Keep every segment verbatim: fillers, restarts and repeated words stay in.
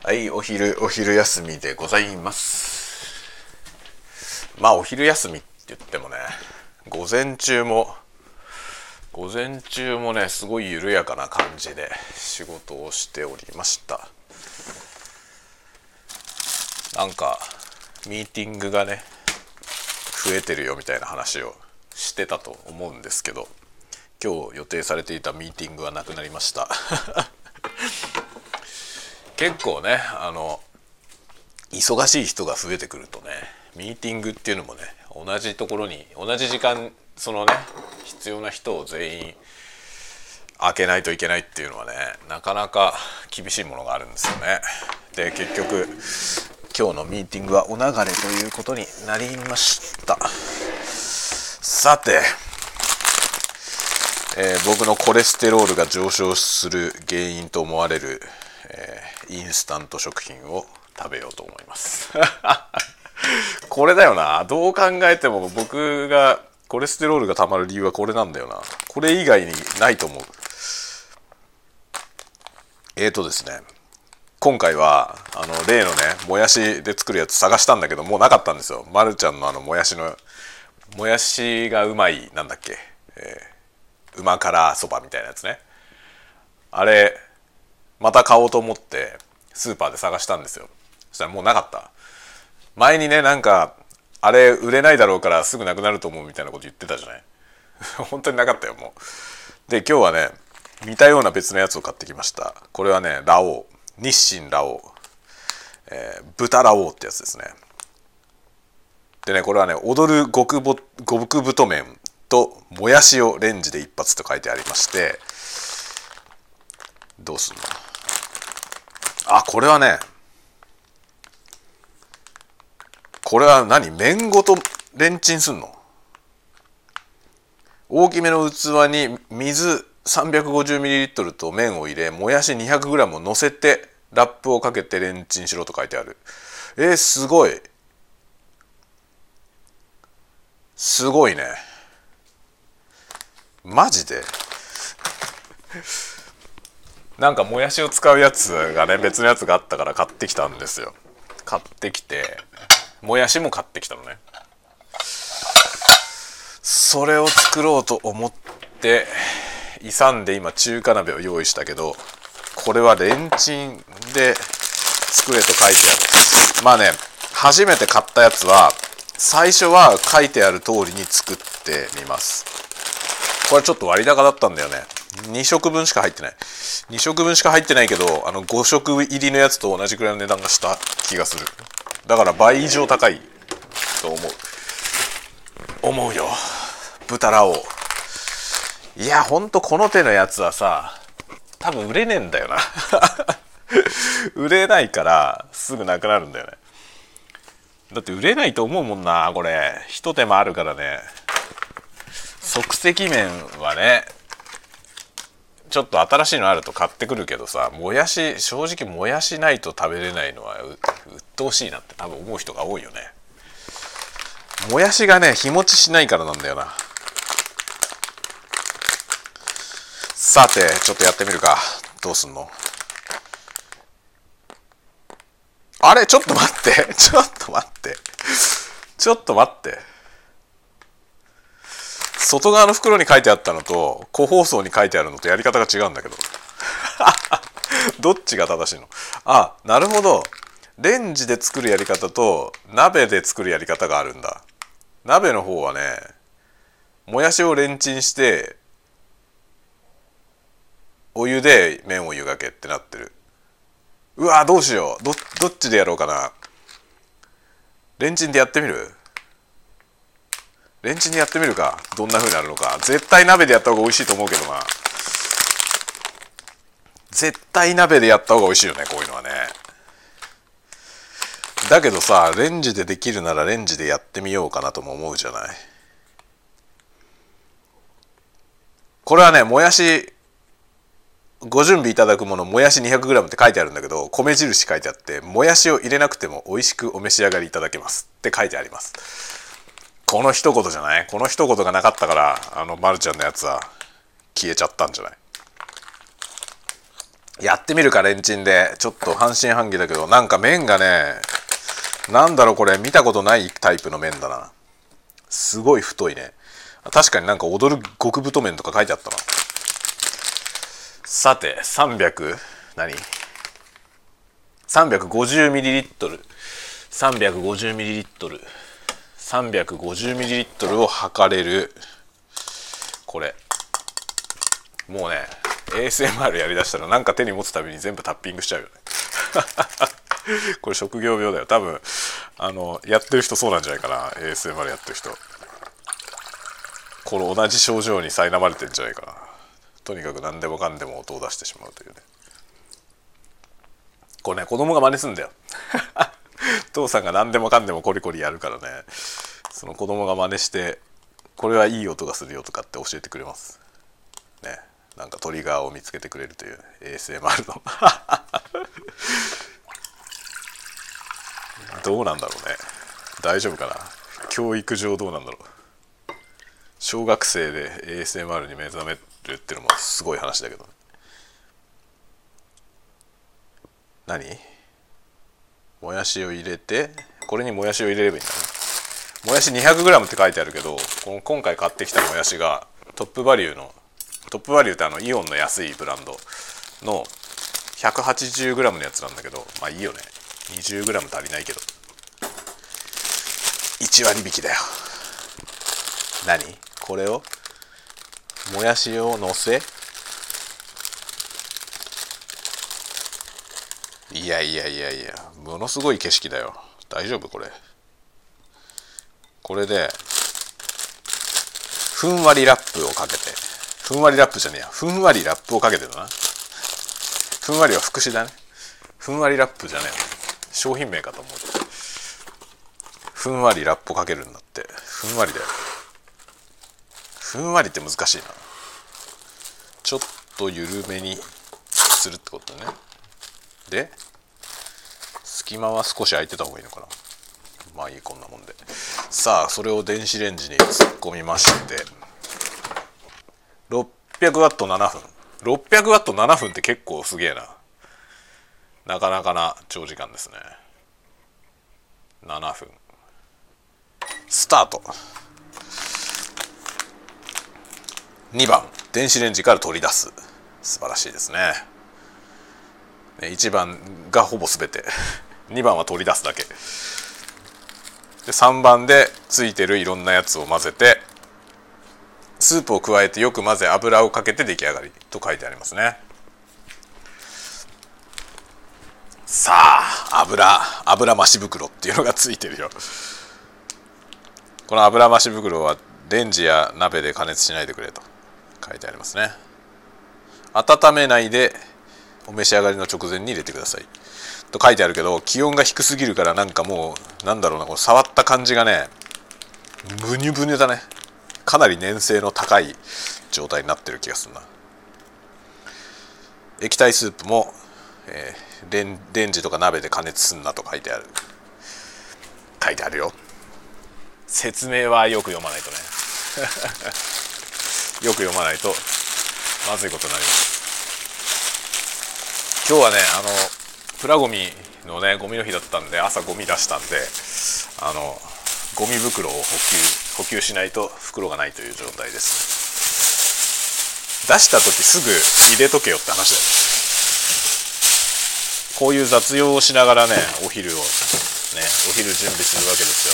はい、お昼お昼休みでございます。まあお昼休みって言ってもね、午前中も午前中もねすごい緩やかな感じで仕事をしておりました。なんかミーティングがね増えてるよみたいな話をしてたと思うんですけど、今日予定されていたミーティングはなくなりました結構ね、あの忙しい人が増えてくるとね、ミーティングっていうのもね、同じところに同じ時間、そのね必要な人を全員開けないといけないっていうのはね、なかなか厳しいものがあるんですよね。で、結局今日のミーティングはお流れということになりました。さて、えー、僕のコレステロールが上昇する原因と思われる、えー、インスタント食品を食べようと思いますこれだよな、どう考えても僕がコレステロールがたまる理由はこれなんだよな。これ以外にないと思う。えーとですね今回はあの例のねもやしで作るやつ探したんだけど、もうなかったんですよ。まるちゃんのあのもやしのもやしがうまい、なんだっけ、えー、うま辛そばみたいなやつね。あれまた買おうと思ってスーパーで探したんですよ。そしたらもうなかった。前にね、なんかあれ売れないだろうからすぐなくなると思うみたいなこと言ってたじゃない本当になかったよ、もう。で、今日はね似たような別のやつを買ってきました。これはねラオウ、日清ラオウ、えー、豚ラオウってやつですね。でね、これはね踊る極ぼ極太麺ともやしをレンジで一発と書いてありまして、どうすんの。あ、これはね、これは何、麺ごとレンチンすんの。大きめの器に水 さんびゃくごじゅうミリリットル と麺を入れ、もやし にひゃくグラム を乗せてラップをかけてレンチンしろと書いてある。えー、すごいすごいね、マジでなんかもやしを使うやつがね、別のやつがあったから買ってきたんですよ。買ってきて、もやしも買ってきたのね。それを作ろうと思って勇んで今中華鍋を用意したけど、これはレンチンで作れと書いてある。まあね、初めて買ったやつは最初は書いてある通りに作ってみます。これちょっと割高だったんだよね。に食分しか入ってない。に食分しか入ってないけど、あのご食入りのやつと同じくらいの値段がした気がする。だから倍以上高いと思う。思うよ。豚ラオウ。いや、ほんとこの手のやつはさ、多分売れねえんだよな売れないからすぐなくなるんだよね。だって売れないと思うもんな、これ。一手間あるからね。即席麺はね、ちょっと新しいのあると買ってくるけどさ、もやし、正直もやしないと食べれないのはう鬱陶しいなって多分思う人が多いよね。もやしがね日持ちしないからなんだよな。さて、ちょっとやってみるか。どうすんの。あれ、ちょっと待ってちょっと待ってちょっと待って、外側の袋に書いてあったのと個包装に書いてあるのとやり方が違うんだけどどっちが正しいの。あ、なるほど。レンジで作るやり方と鍋で作るやり方があるんだ。鍋の方はね、もやしをレンチンしてお湯で麺を湯がけってなってる。うわ、どうしよう。 ど, どっちでやろうかな。レンチンでやってみる。レンチンでやってみるか。どんな風になるのか。絶対鍋でやった方が美味しいと思うけどな。絶対鍋でやった方が美味しいよね、こういうのはね。だけどさ、レンジでできるならレンジでやってみようかなとも思うじゃない。これはね、もやしご準備いただくもの、もやし にひゃくグラム って書いてあるんだけど、米印書いてあって、もやしを入れなくても美味しくお召し上がりいただけますって書いてあります。この一言じゃない。この一言がなかったから、あのまるちゃんのやつは消えちゃったんじゃない。 やってみるかレンチンで。ちょっと半信半疑だけど、なんか麺がね、なんだろうこれ、見たことないタイプの麺だな。すごい太いね。確かになんか踊る極太麺とか書いてあったな。さて さんびゃく 何 さんびゃくごじゅうミリリットル さんびゃくごじゅうミリリットル さんびゃくごじゅうミリリットルを測れるこれ。もうね エーエスエムアール やりだしたらなんか手に持つたびに全部タッピングしちゃうよねこれ職業病だよ多分。あのやってる人そうなんじゃないかな。 エーエスエムアール やってる人この同じ症状に苛まれてんじゃないかな。とにかく何でもかんでも音を出してしまうというね。これね子供が真似すんだよ父さんが何でもかんでもコリコリやるからね、その子供が真似してこれはいい音がするよとかって教えてくれますね。なんかトリガーを見つけてくれるという エーエスエムアール のどうなんだろうね。大丈夫かな。教育上どうなんだろう。小学生で エーエスエムアール に目覚めるっていうのもすごい話だけど。何？もやしを入れて、これにもやしを入れればいいんだね。もやし にひゃくグラム って書いてあるけど、この今回買ってきたもやしがトップバリューのトップバリューってあのイオンの安いブランドの ひゃくはちじゅうグラム のやつなんだけど、まあいいよね。にじゅうグラム 足りないけどいち割引きだよ。何これをもやしをのせ、いやいやいやいやものすごい景色だよ。大丈夫これ。これでふんわりラップをかけて、ふんわりラップじゃねえやふんわりラップをかけてるな。ふんわりは副詞だね。ふんわりラップじゃねえ商品名かと思う。ふんわりラップをかけるんだって。ふんわりだよ。ふんわりって難しいな。ちょっと緩めにするってことね。で隙間は少し空いてた方がいいのかな。まあいいこんなもんで。さあそれを電子レンジに突っ込みまして、ろっぴゃくワットななふん。ろっぴゃくワットななふんって結構すげえな。なかなかな長時間ですね。ななふんスタート。にばん電子レンジから取り出す。素晴らしいですね。いちばんがほぼ全てにばんは取り出すだけで、さんばんでついてるいろんなやつを混ぜてスープを加えてよく混ぜ油をかけて出来上がりと書いてありますね。さあ油油増し袋っていうのがついてるよ。この油増し袋はレンジや鍋で加熱しないでくれと書いてありますね。温めないでお召し上がりの直前に入れてくださいと書いてあるけど、気温が低すぎるからなんかもうなんだろうな、こう触った感じがねブニュブニュだね。かなり粘性の高い状態になってる気がするな。液体スープも、えー、レン、レンジとか鍋で加熱すんなと書いてある書いてあるよ。説明はよく読まないとねよく読まないとまずいことになります。今日はねあのプラゴミのねゴミの日だったんで、朝ゴミ出したんであのゴミ袋を補給補給しないと袋がないという状態です。出した時すぐ入れとけよって話だよ。こういう雑用をしながらねお昼をねお昼準備するわけです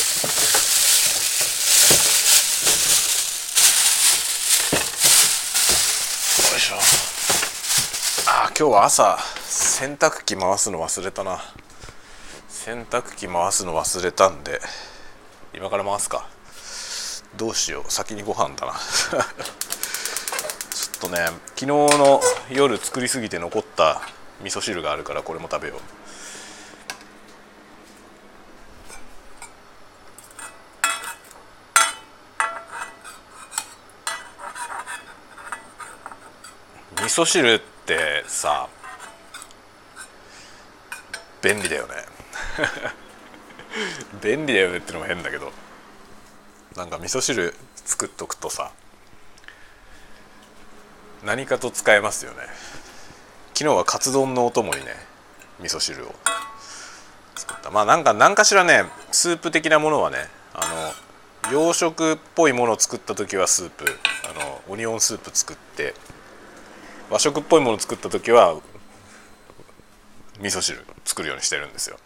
よ。よいしょ。あ、今日は朝洗濯機回すの忘れたな。洗濯機回すの忘れたんで今から回すか。どうしよう、先にご飯だなちょっとね昨日の夜作りすぎて残った味噌汁があるからこれも食べよう。味噌汁ってさ便利だよね便利だよねってのも変だけど、なんか味噌汁作っとくとさ何かと使えますよね。 昨日はカツ丼のお供にね味噌汁を作った。まあなんか何かしらねスープ的なものはね、あの洋食っぽいものを作った時はスープ、あのオニオンスープ作って、和食っぽいものを作った時は味噌汁作るようにしてるんですよ。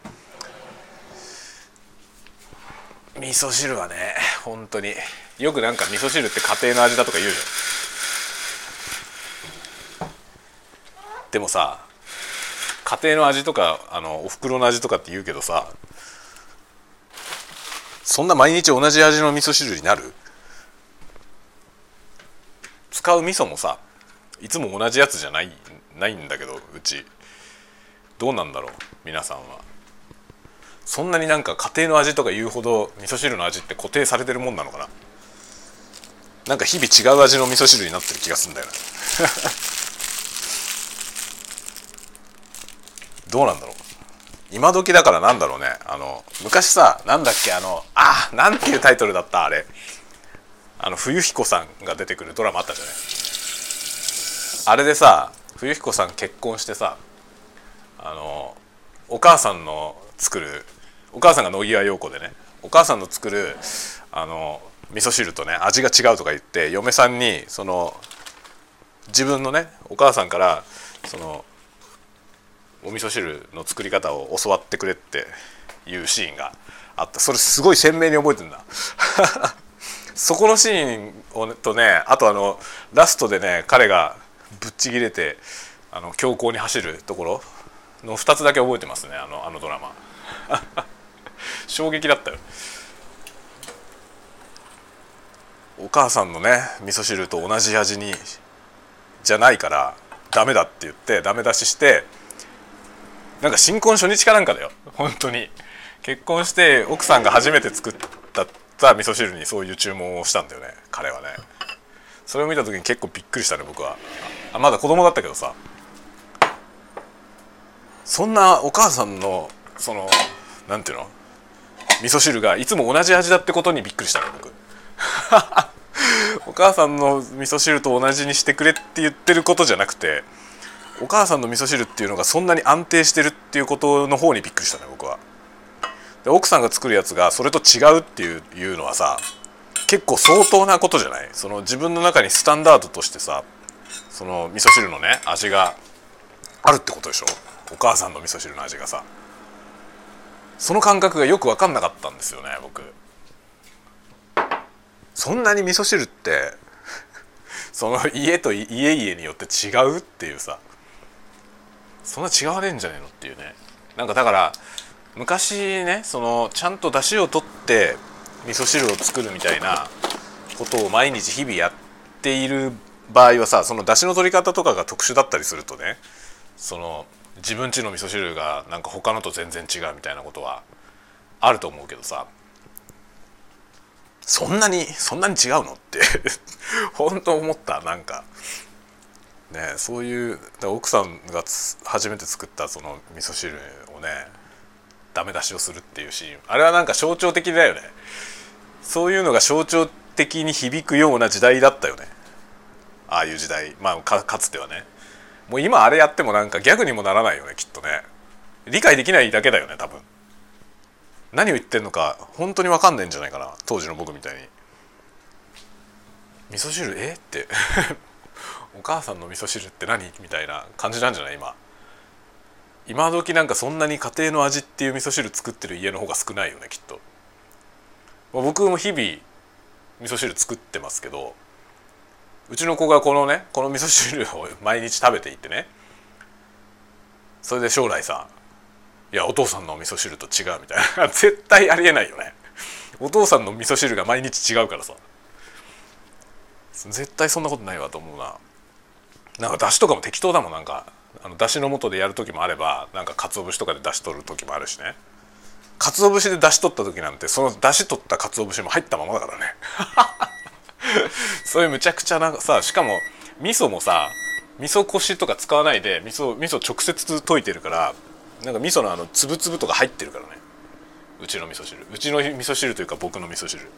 味噌汁はね本当によくなんか味噌汁って家庭の味だとか言うじゃん。でもさ、家庭の味とかあのお袋の味とかって言うけどさ、そんな毎日同じ味の味噌汁になる？使う味噌もさいつも同じやつじゃないないんだけど、うちどうなんだろう皆さんは。そんなになんか家庭の味とか言うほど味噌汁の味って固定されてるもんなのかな。なんか日々違う味の味噌汁になってる気がするんだよなどうなんだろう今時だから。なんだろうね、あの昔さ、なんだっけ、あのあなんていうタイトルだったあれ、あの冬彦さんが出てくるドラマあったじゃない。あれでさ冬彦さん結婚してさ、あのお母さんの作る、お母さんが野際陽子でね、お母さんの作るあの味噌汁とね味が違うとか言って嫁さんにその自分のねお母さんからそのお味噌汁の作り方を教わってくれっていうシーンがあった。それすごい鮮明に覚えてるんだそこのシーンをとね、あとあのラストでね彼がぶっちぎれてあの強行に走るところのふたつだけ覚えてますね、あのあのドラマ衝撃だったよ。お母さんのね味噌汁と同じ味にじゃないからダメだって言ってダメ出しして、なんか新婚初日かなんかだよ本当に。結婚して奥さんが初めて作った味噌汁にそういう注文をしたんだよね彼はね。それを見た時に結構びっくりしたね僕は。あまだ子供だったけどさ、そんなお母さんのそのなんていうの味噌汁がいつも同じ味だってことにびっくりしたね僕お母さんの味噌汁と同じにしてくれって言ってることじゃなくて、お母さんの味噌汁っていうのがそんなに安定してるっていうことの方にびっくりしたね僕は。で奥さんが作るやつがそれと違うっていう、いうのはさ結構相当なことじゃない。その自分の中にスタンダードとしてさその味噌汁のね味があるってことでしょ。お母さんの味噌汁の味がさ、その感覚がよく分かんなかったんですよね僕。そんなに味噌汁ってその家と家々によって違うっていうさ、そんな違わねえんじゃねえのっていうね。なんかだから昔ねそのちゃんと出汁を取って味噌汁を作るみたいなことを毎日日々やっている場合はさ、その出汁の取り方とかが特殊だったりするとね、その自分家の味噌汁がなんか他のと全然違うみたいなことはあると思うけどさ、そんなにそんなに違うのって本当思った。なんかねそういう奥さんが初めて作ったその味噌汁をねダメ出しをするっていうシーン、あれはなんか象徴的だよね。そういうのが象徴的に響くような時代だったよね、ああいう時代。まあ か, かつてはね。もう今あれやってもなんかギャグにもならないよねきっとね。理解できないだけだよね多分。何を言ってんのか本当に分かんないんじゃないかな当時の僕みたいに。味噌汁えってお母さんの味噌汁って何みたいな感じなんじゃない今。今時なんかそんなに家庭の味っていう味噌汁作ってる家の方が少ないよねきっと。僕も日々味噌汁作ってますけど、うちの子がこのねこの味噌汁を毎日食べていってね、それで将来さいやお父さんの味噌汁と違うみたいな絶対ありえないよね。お父さんの味噌汁が毎日違うからさ絶対そんなことないわと思うな。なんか出汁とかも適当だもん。なんかあの出汁の素でやる時もあれば、なんか鰹節とかで出汁取る時もあるしね。鰹節で出汁取った時なんてその出汁取った鰹節も入ったままだからねそういうむちゃくちゃなさ、しかも味噌もさ味噌こしとか使わないで味噌味噌直接溶いてるから、なんか味噌のあのつぶつぶとか入ってるからねうちの味噌汁。うちの味噌汁というか僕の味噌汁だ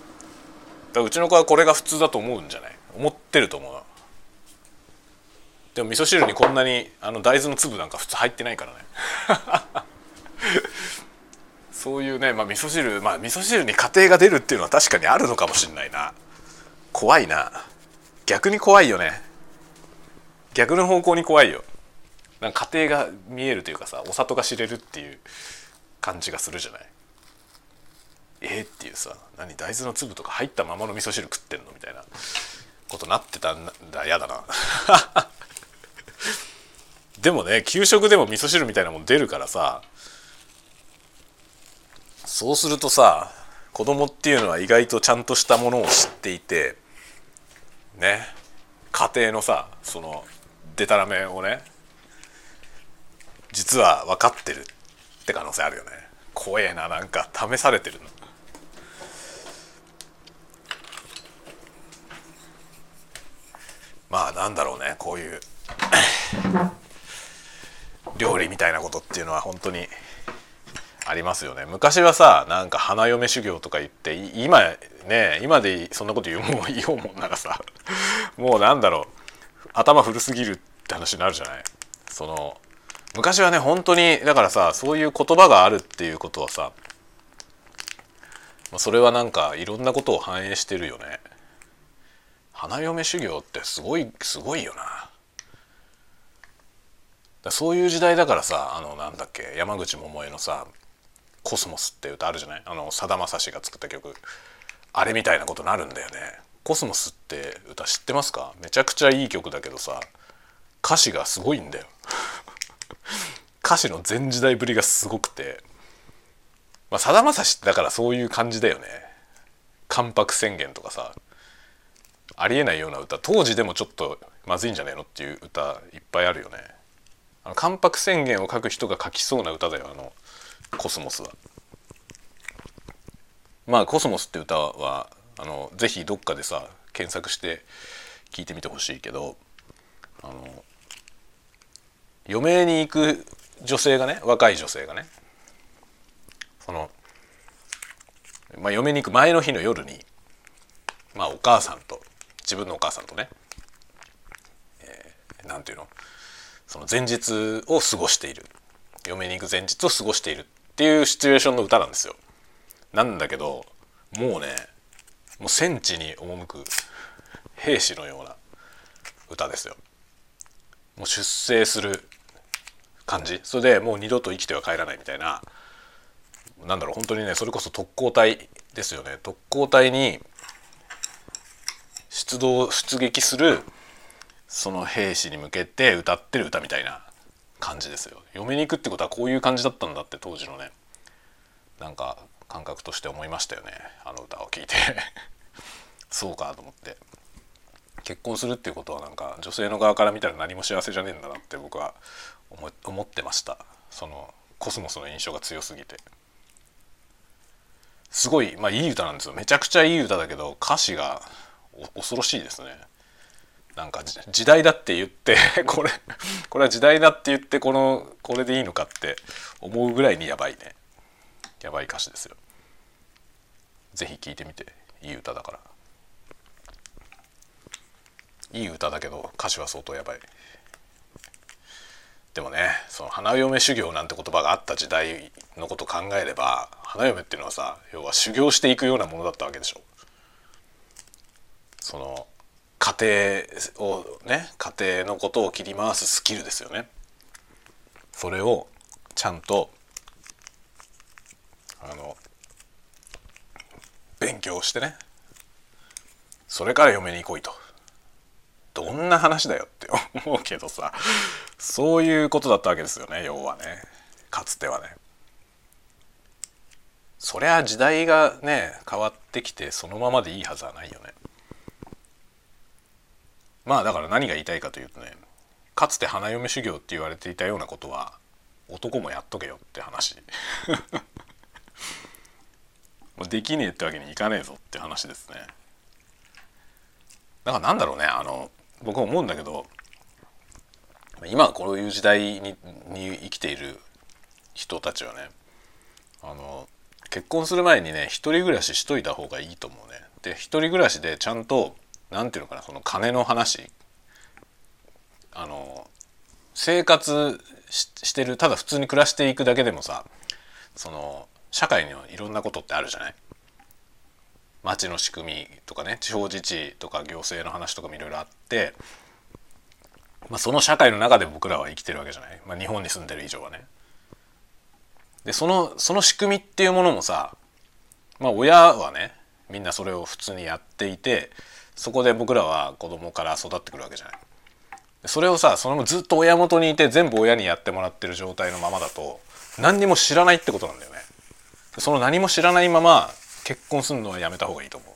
から、うちの子はこれが普通だと思うんじゃない、思ってると思うな。 でも味噌汁にこんなにあの大豆の粒なんか普通入ってないからねそういうね、まあ味噌汁まあ味噌汁に家庭が出るっていうのは確かにあるのかもしれないな。怖いな。逆に怖いよね。逆の方向に怖いよ。なんか家庭が見えるというかさ、お里が知れるっていう感じがするじゃない。えー、っていうさ、何大豆の粒とか入ったままの味噌汁食ってんのみたいなことなってたんだ。やだなでもね、給食でも味噌汁みたいなもん出るからさ、そうするとさ、子供っていうのは意外とちゃんとしたものを知っていてね、家庭のさ、そのデタラメをね、実は分かってるって可能性あるよね。怖えな、なんか試されてるの。まあなんだろうね、こういう料理みたいなことっていうのは本当にありますよね。昔はさ、なんか花嫁修行とか言って、今ね、今でそんなこと言うもん言おうもんならさもうなんだろう、頭古すぎるって話になるじゃない。その昔はね、本当にだからさ、そういう言葉があるっていうことはさ、それはなんかいろんなことを反映してるよね。花嫁修行ってすごいすごいよな。だそういう時代だからさ、あのなんだっけ、山口百恵のさ「コスモス」って歌あるじゃない。あのさだまさしが作った曲、あれみたいなことになるんだよね。コスモスって歌知ってますか？めちゃくちゃいい曲だけどさ、歌詞がすごいんだよ歌詞の全時代ぶりがすごくて、まあさだまさしってだからそういう感じだよね。関白宣言とかさ、ありえないような歌、当時でもちょっとまずいんじゃねえのっていう歌いっぱいあるよね。あの関白宣言を書く人が書きそうな歌だよ、あのコスモスは。まあコスモスって歌はあのぜひどっかでさ検索して聞いてみてほしいけど、あの嫁に行く女性がね、若い女性がね、その、まあ、嫁に行く前の日の夜に、まあお母さんと自分のお母さんとね、えー、なんていうの、その前日を過ごしている、嫁に行く前日を過ごしているっていうシチュエーションの歌なんですよ。なんだけどもうね、もう戦地に赴く兵士のような歌ですよ。もう出征する感じ、それでもう二度と生きては帰らないみたいな、なんだろう、本当にね、それこそ特攻隊ですよね。特攻隊に出動出撃するその兵士に向けて歌ってる歌みたいな感じですよ。嫁に行くってことはこういう感じだったんだって当時のね、なんか感覚として思いましたよね、あの歌を聴いてそうかと思って、結婚するっていうことはなんか女性の側から見たら何も幸せじゃねえんだなって僕は思思ってました。そのコスモスの印象が強すぎて、すごい、まあ、いい歌なんですよ。めちゃくちゃいい歌だけど歌詞が恐ろしいですね。なんか時代だって言ってこれこれは時代だって言ってこのこれでいいのかって思うぐらいにやばいね。やばい歌詞ですよ。ぜひ聴いてみて。いい歌だから。いい歌だけど歌詞は相当やばい。でもね、その花嫁修行なんて言葉があった時代のことを考えれば、花嫁っていうのはさ、要は修行していくようなものだったわけでしょ。その家庭をね、家庭のことを切り回すスキルですよね。それをちゃんとあの勉強してね、それから嫁に来いと。どんな話だよって思うけどさ、そういうことだったわけですよね、要はね、かつてはね。そりゃ時代がね変わってきてそのままでいいはずはないよね。まあだから何が言いたいかというとね、かつて花嫁修行って言われていたようなことは男もやっとけよって話できねえってわけにいかねえぞって話ですね。だからなんだろうね、あの僕は思うんだけど、今こういう時代にに生きている人たちはね、あの結婚する前にね一人暮らししといた方がいいと思うね。で一人暮らしでちゃんとなんていうのかな、その金の話、 あの生活 し, してるただ普通に暮らしていくだけでもさ、その社会にはいろんなことってあるじゃない。町の仕組みとかね、地方自治とか行政の話とかもいろいろあって、まあ、その社会の中で僕らは生きてるわけじゃない、まあ、日本に住んでる以上はね。でそのその仕組みっていうものもさ、まあ親はねみんなそれを普通にやっていて、そこで僕らは子供から育ってくるわけじゃない。それをさ、そのずっと親元にいて全部親にやってもらってる状態のままだと何にも知らないってことなんだよね。その何も知らないまま結婚するのはやめた方がいいと思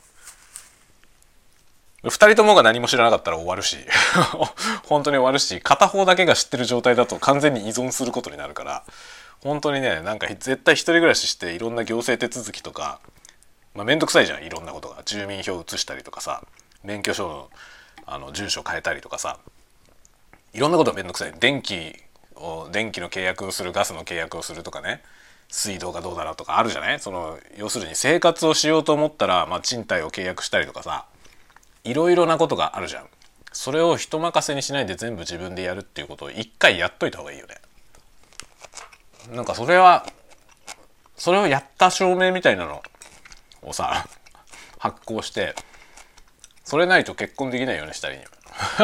う。二人ともが何も知らなかったら終わるし本当に終わるし、片方だけが知ってる状態だと完全に依存することになるから、本当にね、なんか絶対一人暮らししていろんな行政手続きとか、まあ、めんどくさいじゃん、いろんなことが。住民票移したりとかさ、免許証の、あの住所変えたりとかさ、いろんなことがめんどくさい。電気を電気の契約をする、ガスの契約をするとかね、水道がどうだろうとかあるじゃない。その要するに生活をしようと思ったら、まあ、賃貸を契約したりとかさ、いろいろなことがあるじゃん。それを人任せにしないで全部自分でやるっていうことを一回やっといた方がいいよね。なんかそれはそれをやった証明みたいなのをさ発行して、それないと結婚できないようにしたらいいよ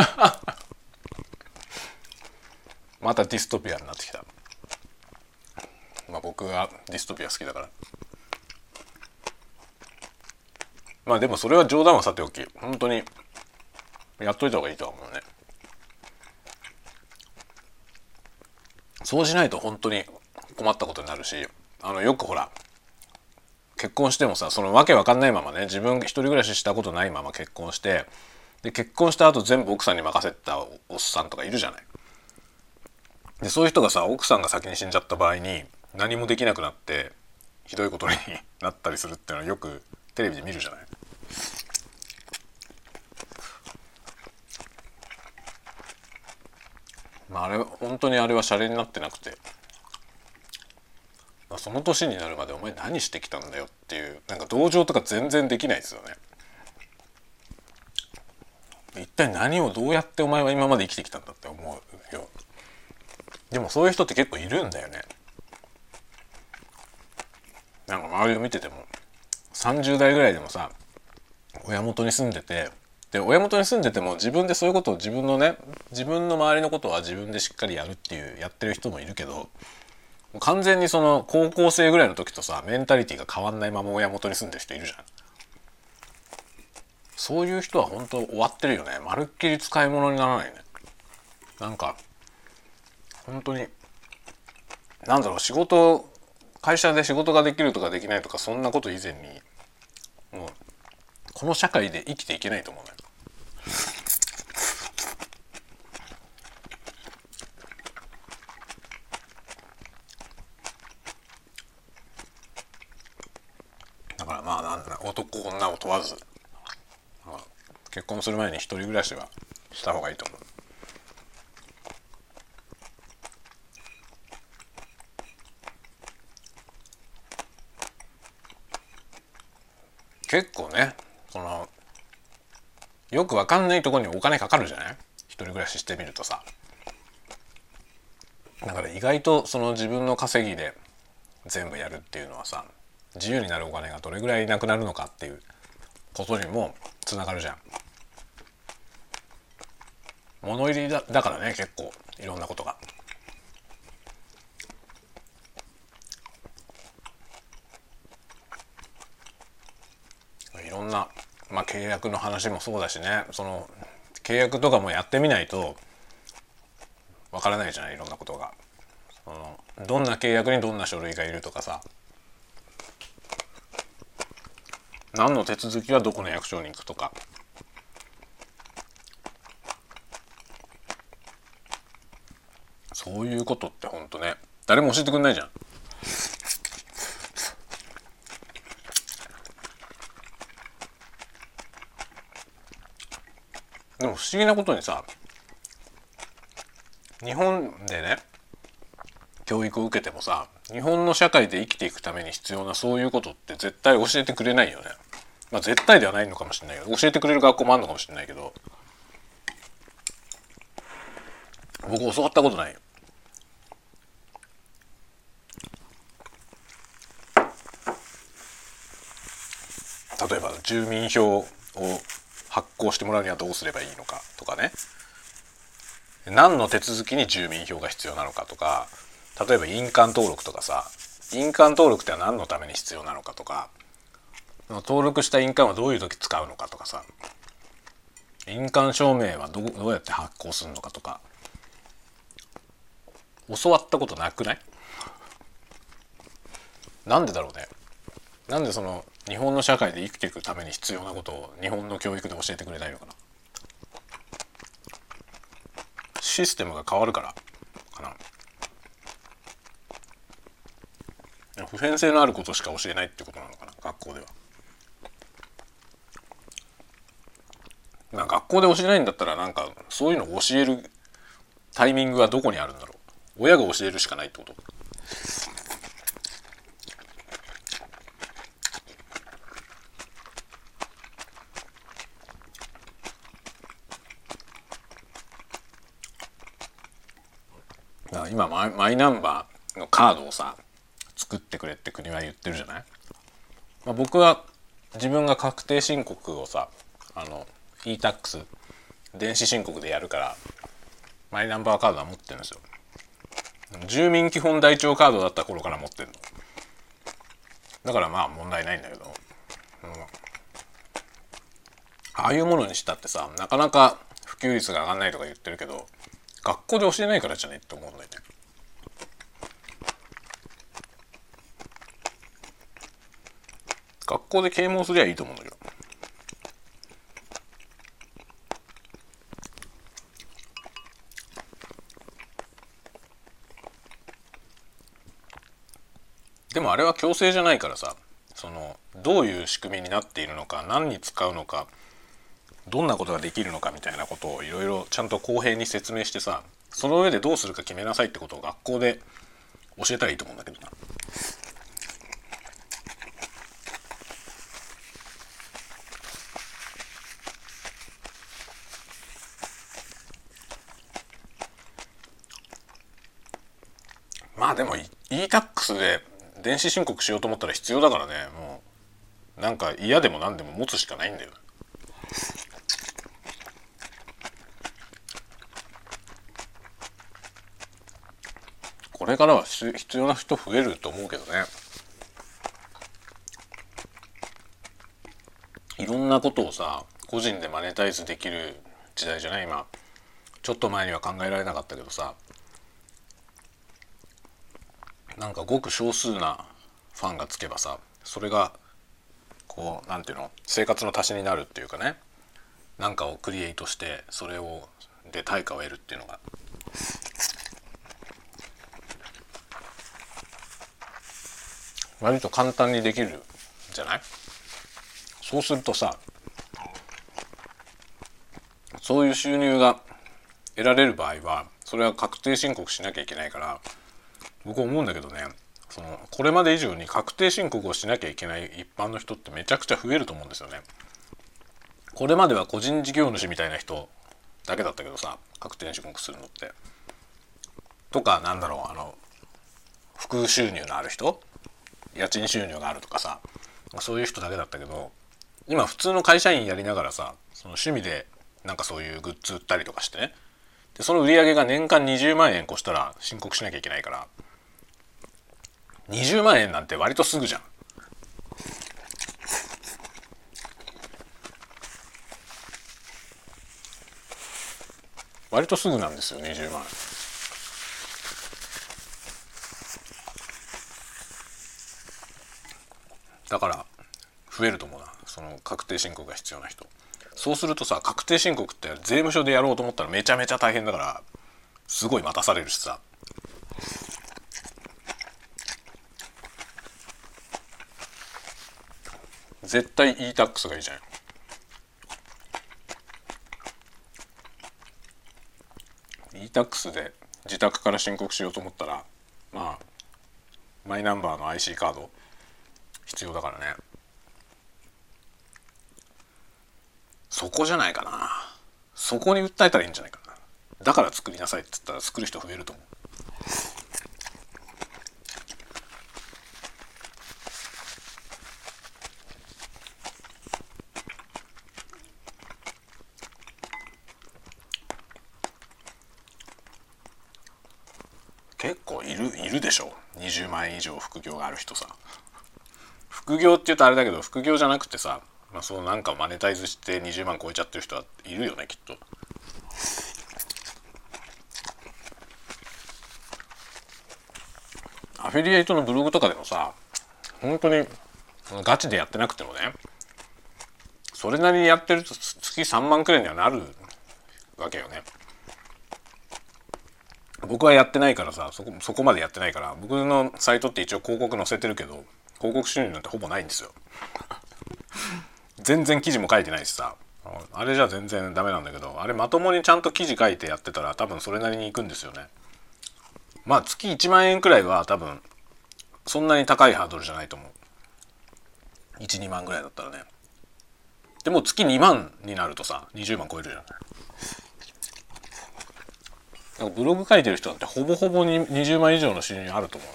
またディストピアになってきた。まあ僕はディストピア好きだから。まあでもそれは冗談はさておき、本当にやっといた方がいいとは思うね。そうしないと本当に困ったことになるし、あのよくほら結婚してもさ、そのわけわかんないままね、自分一人暮らししたことないまま結婚して、で結婚した後全部奥さんに任せたおっさんとかいるじゃない。でそういう人がさ、奥さんが先に死んじゃった場合に何もできなくなってひどいことになったりするっていうのはよくテレビで見るじゃない。まああれ本当にあれはシャレになってなくて、まあ、その年になるまでお前何してきたんだよっていう、なんか同情とか全然できないですよね。一体何をどうやってお前は今まで生きてきたんだって思うよ。でもそういう人って結構いるんだよね。なんか周りを見ててもさんじゅう代ぐらいでもさ、親元に住んでて、で親元に住んでても自分でそういうことを自分のね自分の周りのことは自分でしっかりやるっていうやってる人もいるけど、完全にその高校生ぐらいの時とさメンタリティが変わんないまま親元に住んでる人いるじゃん。そういう人は本当終わってるよね。まるっきり使い物にならないね。なんか本当になんだろう、仕事会社で仕事ができるとかできないとかそんなこと以前に、もうこの社会で生きていけないと思うね。だからまあなんだ、男女を問わず、まあ、結婚する前に一人暮らしはした方がいいと思う。結構ね、そのよくわかんないところにお金かかるじゃない、一人暮らししてみるとさ。だから意外とその自分の稼ぎで全部やるっていうのはさ、自由になるお金がどれぐらいなくなるのかっていうことにもつながるじゃん。物入り だ, だからね、結構いろんなことが。いろんな、まあ、契約の話もそうだしね、その契約とかもやってみないとわからないじゃない、いろんなことが。そのどんな契約にどんな書類がいるとかさ、何の手続きはどこの役所に行くとか、そういうことってほんとね誰も教えてくんないじゃん。でも不思議なことにさ、日本でね教育を受けてもさ、日本の社会で生きていくために必要なそういうことって絶対教えてくれないよね。まあ絶対ではないのかもしれないけど、教えてくれる学校もあるのかもしれないけど、 僕教わったことないよ。例えば住民票を発行してもらうにはどうすればいいのかとかね、何の手続きに住民票が必要なのかとか、例えば印鑑登録とかさ、印鑑登録っては何のために必要なのかとか、登録した印鑑はどういう時使うのかとかさ、印鑑証明はどう、どうやって発行するのかとか教わったことなくない？なんでだろうね。なんでその日本の社会で生きていくために必要なことを日本の教育で教えてくれないのかな。システムが変わるからかな。普遍性のあることしか教えないってことなのかな、学校では。まあ学校で教えないんだったら、なんかそういうのを教えるタイミングはどこにあるんだろう。親が教えるしかないってこと。今マイ、マイナンバーのカードをさ作ってくれって国は言ってるじゃない。まあ、僕は自分が確定申告をさ、あの e-タックス 電子申告でやるからマイナンバーカードは持ってるんですよ。住民基本台帳カードだった頃から持ってるのだからまあ問題ないんだけど、うん、ああいうものにしたってさ、なかなか普及率が上がんないとか言ってるけど、学校で教えないからじゃねって思うんだよね。学校で啓蒙すりゃいいと思うんだけど。でもあれは強制じゃないからさ、そのどういう仕組みになっているのか、何に使うのか、どんなことができるのかみたいなことをいろいろちゃんと公平に説明してさ、その上でどうするか決めなさいってことを学校で教えたらいいと思うんだけどな。まあでも e-タックス で電子申告しようと思ったら必要だからね。もうなんか嫌でも何でも持つしかないんだよ。これからは必要な人増えると思うけどね。いろんなことをさ個人でマネタイズできる時代じゃない今。ちょっと前には考えられなかったけどさ、なんかごく少数なファンがつけばさ、それがこうなんていうの、生活の足しになるっていうかね、なんかをクリエイトしてそれをで対価を得るっていうのが割と簡単にできるじゃない。そうするとさ、そういう収入が得られる場合はそれは確定申告しなきゃいけないから、僕思うんだけどね、そのこれまで以上に確定申告をしなきゃいけない一般の人ってめちゃくちゃ増えると思うんですよね。これまでは個人事業主みたいな人だけだったけどさ、確定申告するのってとか、なんだろう、あの副収入のある人、家賃収入があるとかさ、そういう人だけだったけど、今普通の会社員やりながらさ、その趣味でなんかそういうグッズ売ったりとかしてね、でその売り上げが年間にじゅうまんえん越したら申告しなきゃいけないから、にじゅうまんえんなんて割とすぐじゃん。割とすぐなんですよにじゅうまん。だから増えると思うな、その確定申告が必要な人。そうするとさ、確定申告って税務署でやろうと思ったらめちゃめちゃ大変だから、すごい待たされるしさ。絶対 e-タックス がいいじゃん。e-タックス で自宅から申告しようと思ったら、まあマイナンバーの アイシー カード必要だからね。そこじゃないかな。そこに訴えたらいいんじゃないかな。 だから作りなさいって言ったら作る人増えると思う。結構いるいるでしょ。にじゅうまん円以上副業がある人さ。副業って言うとあれだけど、副業じゃなくてさ、まあ、そうなんかマネタイズしてにじゅうまん超えちゃってる人はいるよね、きっと。アフィリエイトのブログとかでもさ、本当にガチでやってなくてもね、それなりにやってると月さんまんくらいにはなるわけよね。僕はやってないからさ、そこそこまでやってないから、僕のサイトって一応広告載せてるけど、広告収入なんてほぼないんですよ。全然記事も書いてないしさ、あれじゃ全然ダメなんだけど、あれまともにちゃんと記事書いてやってたら多分それなりにいくんですよね。まあ月いちまん円くらいは多分そんなに高いハードルじゃないと思う。いち、にまんぐらいだったらね。でも月にまんになるとさ、にじゅうまん超えるじゃない。なんかブログ書いてる人なんてほぼほぼににじゅうまん以上の収入あると思う。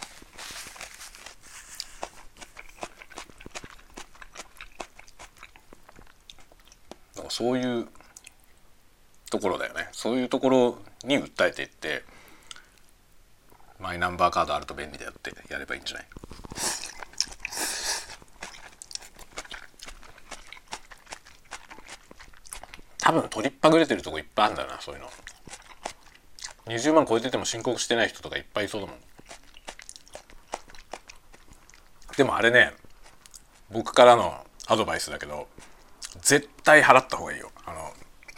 だからそういうところだよね。そういうところに訴えていって、マイナンバーカードあると便利だよってやればいいんじゃない？多分取りっぱぐれてるとこいっぱいあるんだよな、そういうの。にじゅうまん超えてても申告してない人とかいっぱいいそうだもん。でもあれね、僕からのアドバイスだけど、絶対払った方がいいよ。あの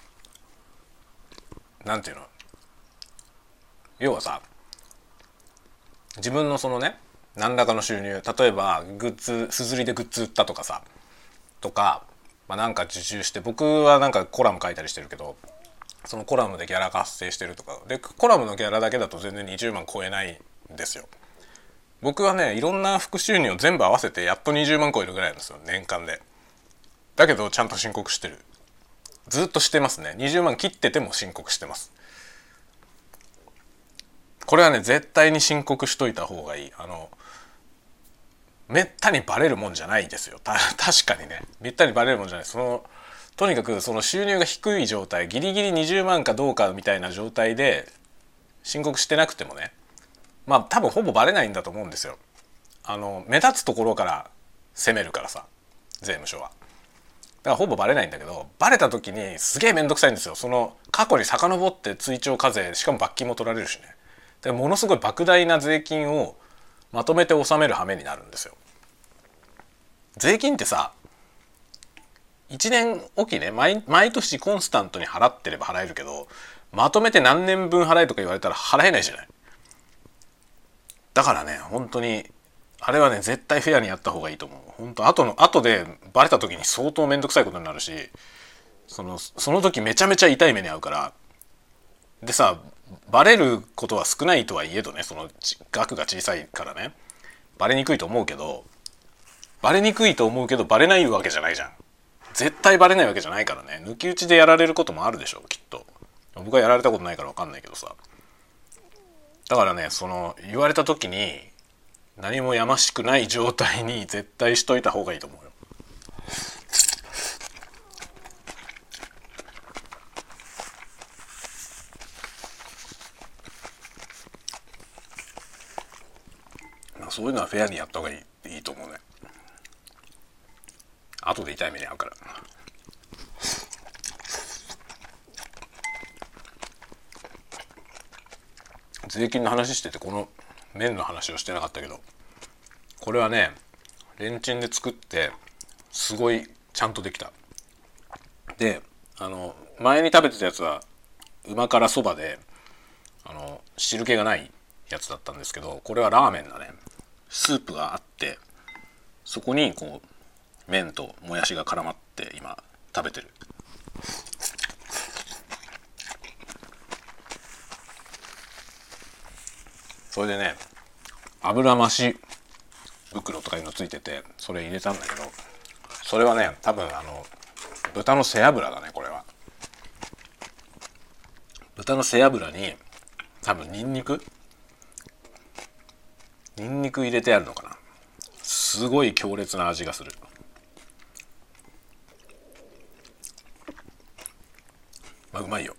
なんていうの、要はさ、自分のそのね、何らかの収入、例えばグッズ、すずりでグッズ売ったとかさ、とか、まあ、なんか受注して、僕はなんかコラム書いたりしてるけど、そのコラムでギャラ発生してるとかで、コラムのギャラだけだと全然にじゅうまん超えないんですよ。僕はね、いろんな副収入を全部合わせてやっとにじゅうまん超えるぐらいなんですよ、年間で。だけどちゃんと申告してる。ずっとしてますね。にじゅうまん切ってても申告してます。これはね、絶対に申告しといた方がいい。あのめったにバレるもんじゃないですよ。た確かにね、めったにバレるもんじゃない。そのとにかくその収入が低い状態、ギリギリにじゅうまんかどうかみたいな状態で申告してなくてもね、まあ多分ほぼバレないんだと思うんですよ。あの目立つところから攻めるからさ、税務署は。だからほぼバレないんだけど、バレた時にすげえめんどくさいんですよ。その過去に遡って追徴課税、しかも罰金も取られるしね。でものすごい莫大な税金をまとめて納める羽目になるんですよ。税金ってさ、いちねんおきね、 毎, 毎年コンスタントに払ってれば払えるけど、まとめて何年分払えとか言われたら払えないじゃない。だからね、本当にあれはね、絶対フェアにやった方がいいと思う。本当後の後でバレた時に相当めんどくさいことになるし、そのその時めちゃめちゃ痛い目に遭うから。でさ、バレることは少ないとはいえどね、その額が小さいからね、バレにくいと思うけど、バレにくいと思うけどバレないわけじゃないじゃん。絶対バレないわけじゃないからね。抜き打ちでやられることもあるでしょう、きっと。僕はやられたことないから分かんないけどさ。だからね、その言われた時に何もやましくない状態に絶対しといた方がいいと思うよ。まあ、そういうのはフェアにやった方がいい、いいと思うね。後で痛い目に遭うから。税金の話しててこの麺の話をしてなかったけど、これはね、レンチンで作ってすごいちゃんとできた。で、あの前に食べてたやつは旨辛そばで、あの汁気がないやつだったんですけど、これはラーメンだね。スープがあって、そこにこう麺ともやしが絡まって今食べてる。それでね、油増し袋とかいうのついてて、それ入れたんだけど、それはね、多分あの豚の背脂だね。これは豚の背脂に多分ニンニクニンニク入れてあるのかな。すごい強烈な味がする。まあうまいよ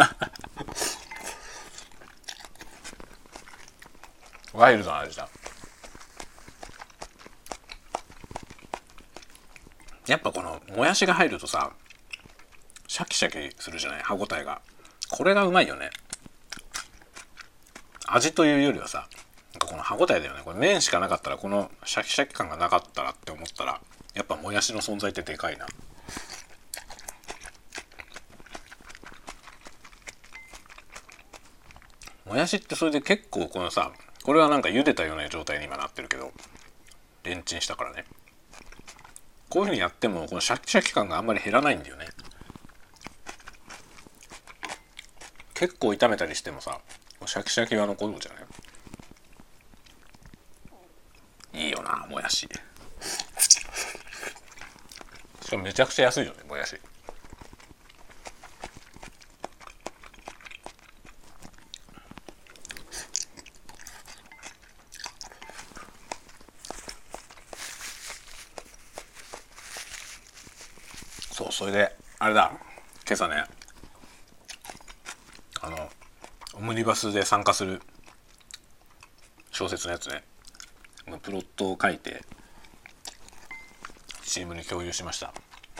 ワイルドな味だ。やっぱこのもやしが入るとさ、シャキシャキするじゃない、歯ごたえが。これがうまいよね。味というよりはさ、なんかこの歯ごたえだよね。これ麺しかなかったら、このシャキシャキ感がなかったらって思ったら、やっぱもやしの存在ってでかいな。もやしってそれで結構このさ、これはなんか茹でたような状態に今なってるけど、レンチンしたからね。こういう風にやってもこのシャキシャキ感があんまり減らないんだよね。結構炒めたりしてもさ、シャキシャキは残るんじゃない？いいよな、もやし。しかもめちゃくちゃ安いよね、もやし。そう、それであれだ、今朝ね、あのオムニバスで参加する小説のやつね、プロットを書いてチームに共有しました。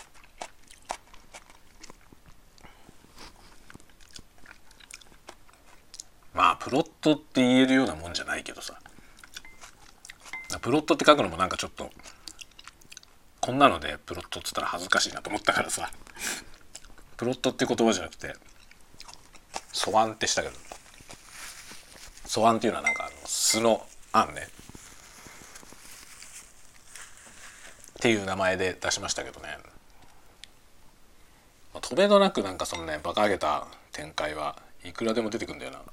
まあプロットって言えるようなもんじゃないけどさ、プロットって書くのもなんかちょっとこんなのでプロットっつったら恥ずかしいなと思ったからさ、プロットって言葉じゃなくて素案ってしたけど、素案っていうのはなんかあの素の案ねっていう名前で出しましたけどね、とめどなくなんかそのね、馬鹿げた展開はいくらでも出てくるんだよな。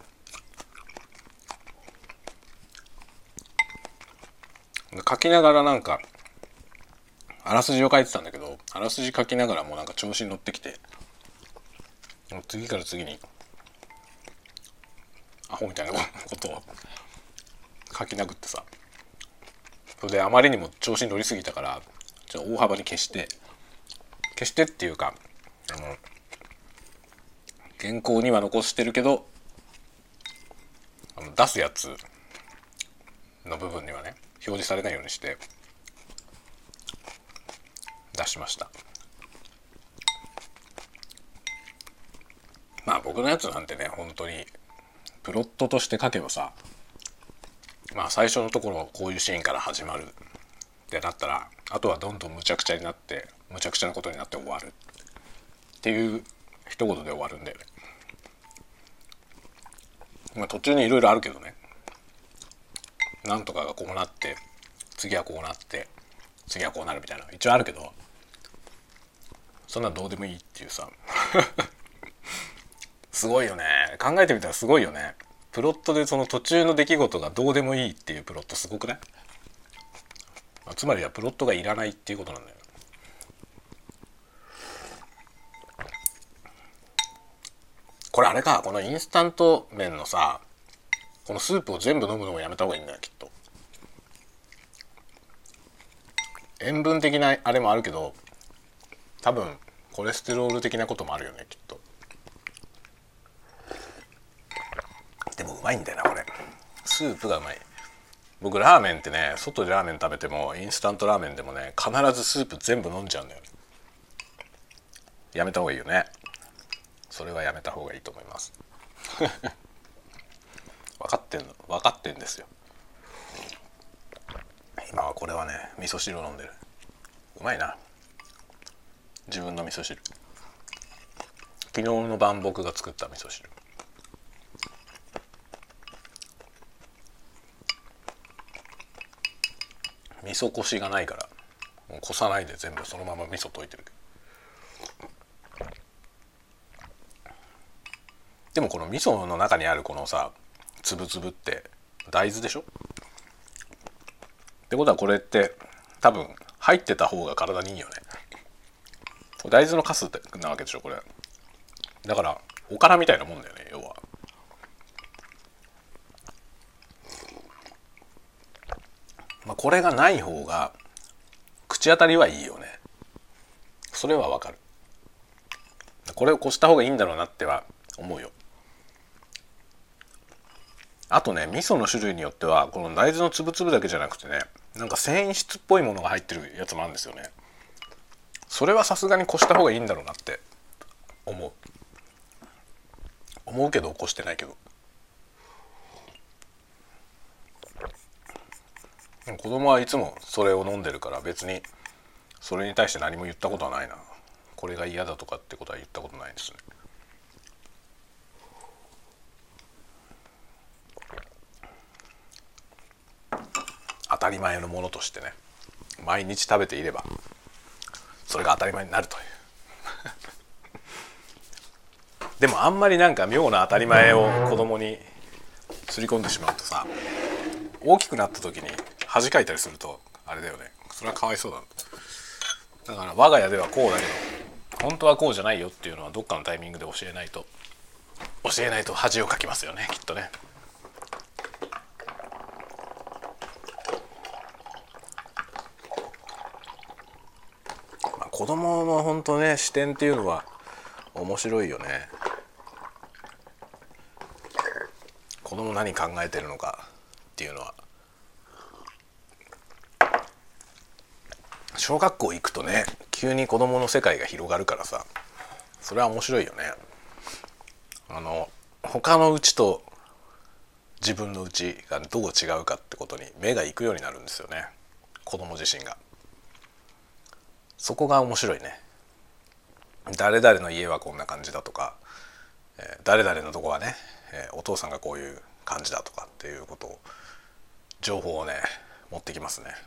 書きながらなんかあらすじを書いてたんだけど、あらすじ書きながらもなんか調子に乗ってきて、もう次から次にアホみたいなことを書き殴ってさ、それであまりにも調子に乗りすぎたからちょっと大幅に消して消してっていうか、あの原稿には残してるけど、あの出すやつの部分にはね表示されないようにして出しました。まあ僕のやつなんてね、本当にプロットとして書けばさ、まあ最初のところこういうシーンから始まるってなったら、あとはどんどんむちゃくちゃになってむちゃくちゃなことになって終わるっていう一言で終わるんだよね。まあ途中にいろいろあるけどね、なんとかがこうなって次はこうなって次はこうなるみたいな一応あるけど、そんなどうでもいいっていうさすごいよね、考えてみたらすごいよね。プロットでその途中の出来事がどうでもいいっていうプロットすごくない？つまりはプロットがいらないっていうことなんだよ。これあれか、このインスタント麺のさ、このスープを全部飲むのもやめた方がいいんだよきっと。塩分的なあれもあるけど、多分コレステロール的なこともあるよねきっと。でもうまいんだよなこれ、スープがうまい。僕ラーメンってね、外でラーメン食べてもインスタントラーメンでもね、必ずスープ全部飲んじゃうんだよね。やめた方がいいよね。それはやめた方がいいと思います分かってんの分かってんですよ。今はこれはね、味噌汁を飲んでる。うまいな、自分の味噌汁。昨日の晩僕が作った味噌汁。味噌こしがないからもうこさないで全部そのまま味噌溶いてるけど、でもこの味噌の中にあるこのさつぶつぶって大豆でしょ。ってことはこれって多分入ってた方が体にいいよね。大豆のカスなわけでしょこれ。だからおからみたいなもんだよね要は。まあ、これがない方が口当たりはいいよね。それはわかる。これをこした方がいいんだろうなっては思うよ。あとね、味噌の種類によってはこの大豆のつぶつぶだけじゃなくてね、なんか繊維質っぽいものが入ってるやつもあるんですよね。それはさすがにこした方がいいんだろうなって思う思うけどこしてないけど。子供はいつもそれを飲んでるから別にそれに対して何も言ったことはないな。これが嫌だとかってことは言ったことないですね。当たり前のものとしてね、毎日食べていればそれが当たり前になるというでもあんまりなんか妙な当たり前を子供にすり込んでしまうとさ、大きくなった時に恥かいたりするとあれだよね。それはかわいそうだ。だから我が家ではこうだけど本当はこうじゃないよっていうのはどっかのタイミングで教えないと教えないと恥をかきますよね、きっとね。まあ、子供の本当ね視点っていうのは面白いよね。子供何考えてるのかっていうのは。小学校行くとね急に子供の世界が広がるからさ、それは面白いよね。あの他のうちと自分のうちがどう違うかってことに目が行くようになるんですよね、子供自身が。そこが面白いね。誰々の家はこんな感じだとか、えー、誰々のとこはね、えー、お父さんがこういう感じだとかっていうことを情報をね持ってきますね。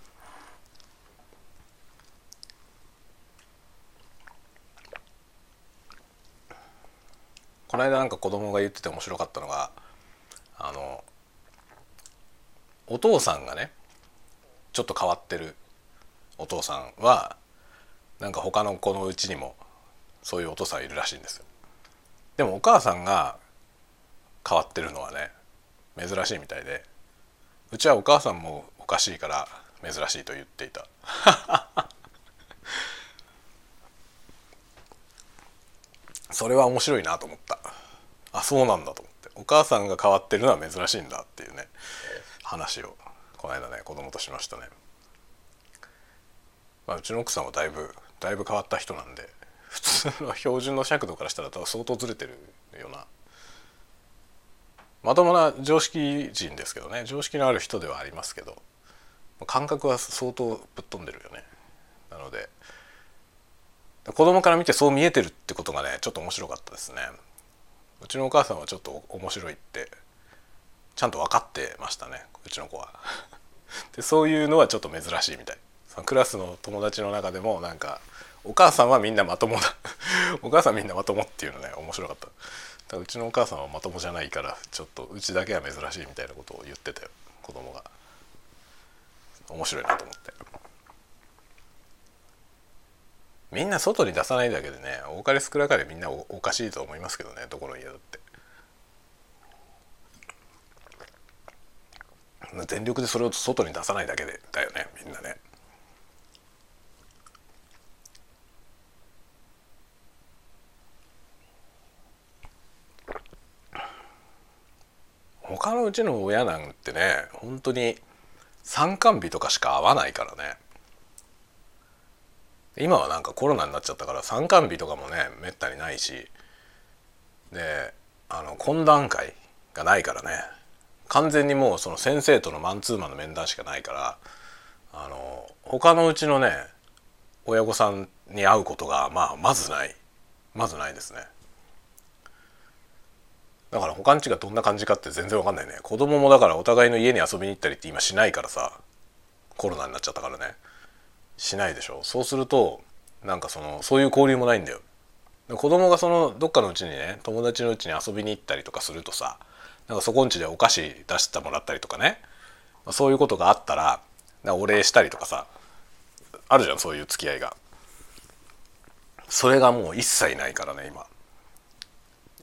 この間なんか子供が言ってて面白かったのが、あのお父さんがねちょっと変わってるお父さんはなんか他の子のうちにもそういうお父さんいるらしいんですよ。でもお母さんが変わってるのはね珍しいみたいで、うちはお母さんもおかしいから珍しいと言っていたそれは面白いなと思った。あ、そうなんだと思って、お母さんが変わってるのは珍しいんだっていうね話をこの間ね子供としましたね。まあ、うちの奥さんはだいぶだいぶ変わった人なんで、普通の標準の尺度からしたら多分相当ずれてるような、まともな常識人ですけどね、常識のある人ではありますけど感覚は相当ぶっ飛んでるよね。なので子供から見てそう見えてるってことがねちょっと面白かったですね。うちのお母さんはちょっと面白いってちゃんと分かってましたね、うちの子はでそういうのはちょっと珍しいみたい。そのクラスの友達の中でもなんかお母さんはみんなまともだお母さんみんなまともっていうのね面白かった。だからうちのお母さんはまともじゃないからちょっとうちだけは珍しいみたいなことを言ってたよ子供が。面白いなと思って。みんな外に出さないだけでね多かれ少なかれみんな お, おかしいと思いますけどね、どこの家だって。全力でそれを外に出さないだけでだよねみんなね。他のうちの親なんてね本当に参観日とかしか会わないからね。今はなんかコロナになっちゃったから参観日とかもねめったにないし、であの懇談会がないからね、完全にもうその先生とのマンツーマンの面談しかないから、あの他のうちのね親御さんに会うことがまあまずないまずないですね。だから他んちがどんな感じかって全然わかんないね。子供もだからお互いの家に遊びに行ったりって今しないからさ、コロナになっちゃったからねしないでしょ。そうするとなんかそのそういう交流もないんだよ。子供がそのどっかのうちにね友達のうちに遊びに行ったりとかするとさ、なんかそこんちでお菓子出してもらったりとかね、そういうことがあったらお礼したりとかさあるじゃん、そういう付き合いが。それがもう一切ないからね今。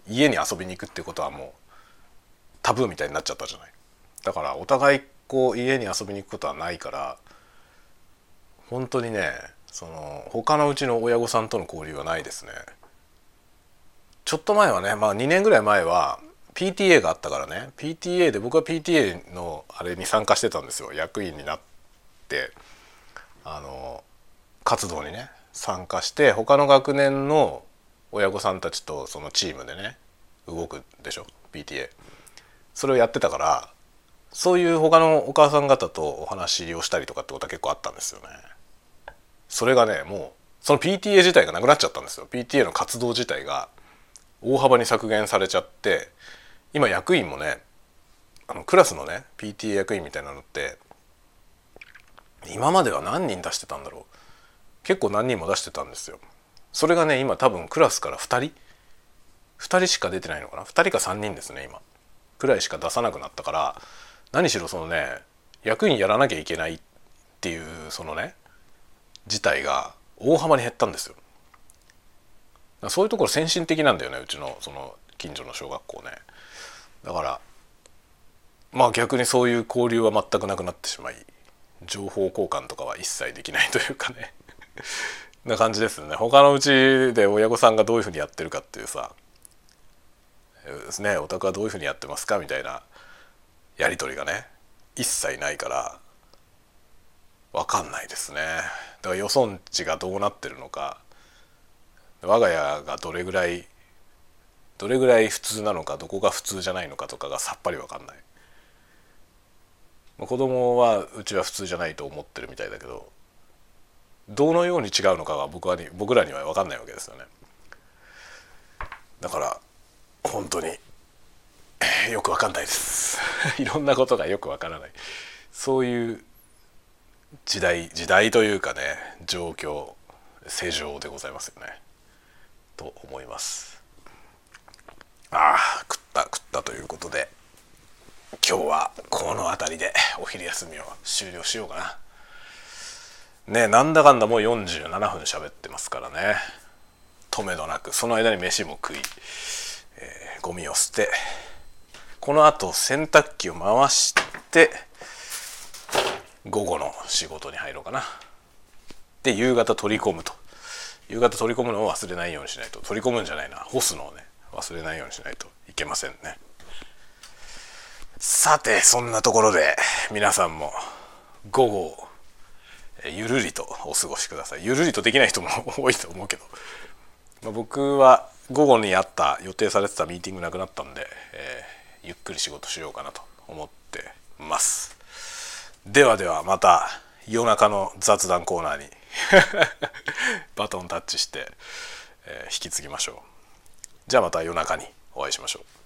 家に遊びに行くっていうことはもうタブーみたいになっちゃったじゃない。だからお互いこう家に遊びに行くことはないから、本当にねその他のうちの親御さんとの交流はないですね。ちょっと前はね、まあにねんぐらい前は ピーティーエー があったからね、 ピーティーエー で僕は ピーティーエー のあれに参加してたんですよ。役員になってあの活動にね参加して、他の学年の親御さんたちとそのチームでね動くでしょ ピーティーエー。 それをやってたから、そういう他のお母さん方とお話をしたりとかってことは結構あったんですよね。それがねもうその ピーティーエー 自体がなくなっちゃったんですよ。 ピーティーエー の活動自体が大幅に削減されちゃって、今役員もねあのクラスのね ピーティーエー 役員みたいなのって今までは何人出してたんだろう、結構何人も出してたんですよ。それがね今多分クラスからふたりふたりしか出てないのかな、ふたりかさんにんですね今くらいしか出さなくなったから、何しろそのね役員やらなきゃいけないっていうそのね自体が大幅に減ったんですよ。そういうところ先進的なんだよね、うちのその近所の小学校ね。だからまあ逆にそういう交流は全くなくなってしまい、情報交換とかは一切できないというかねな感じですよね。他のうちで親御さんがどういうふうにやってるかっていうさですね、お宅はどういうふうにやってますかみたいなやり取りがね一切ないから分かんないですね。だからよそんちがどうなってるのか、我が家がどれぐらいどれぐらい普通なのか、どこが普通じゃないのかとかがさっぱり分かんない。子供はうちは普通じゃないと思ってるみたいだけど、どのように違うのかが僕はに僕らには分かんないわけですよね。だから本当によく分かんないですいろんなことがよく分からない、そういう時代時代というかね状況世情でございますよねと思います。ああ食った食ったということで、今日はこの辺りでお昼休みを終了しようかな。ね、なんだかんだもうよんじゅうななふん喋ってますからね。止めどなく、その間に飯も食い、えー、ゴミを捨て、このあと洗濯機を回して午後の仕事に入ろうかな。で夕方取り込むと、夕方取り込むのを忘れないようにしないと、取り込むんじゃないな、干すのをね忘れないようにしないといけませんね。さてそんなところで皆さんも午後をゆるりとお過ごしください。ゆるりとできない人も多いと思うけど、まあ、僕は午後にあった予定されてたミーティングなくなったんで、えー、ゆっくり仕事しようかなと思ってます。ではではまた夜中の雑談コーナーにバトンタッチして、えー、引き継ぎましょう。じゃあまた夜中にお会いしましょう。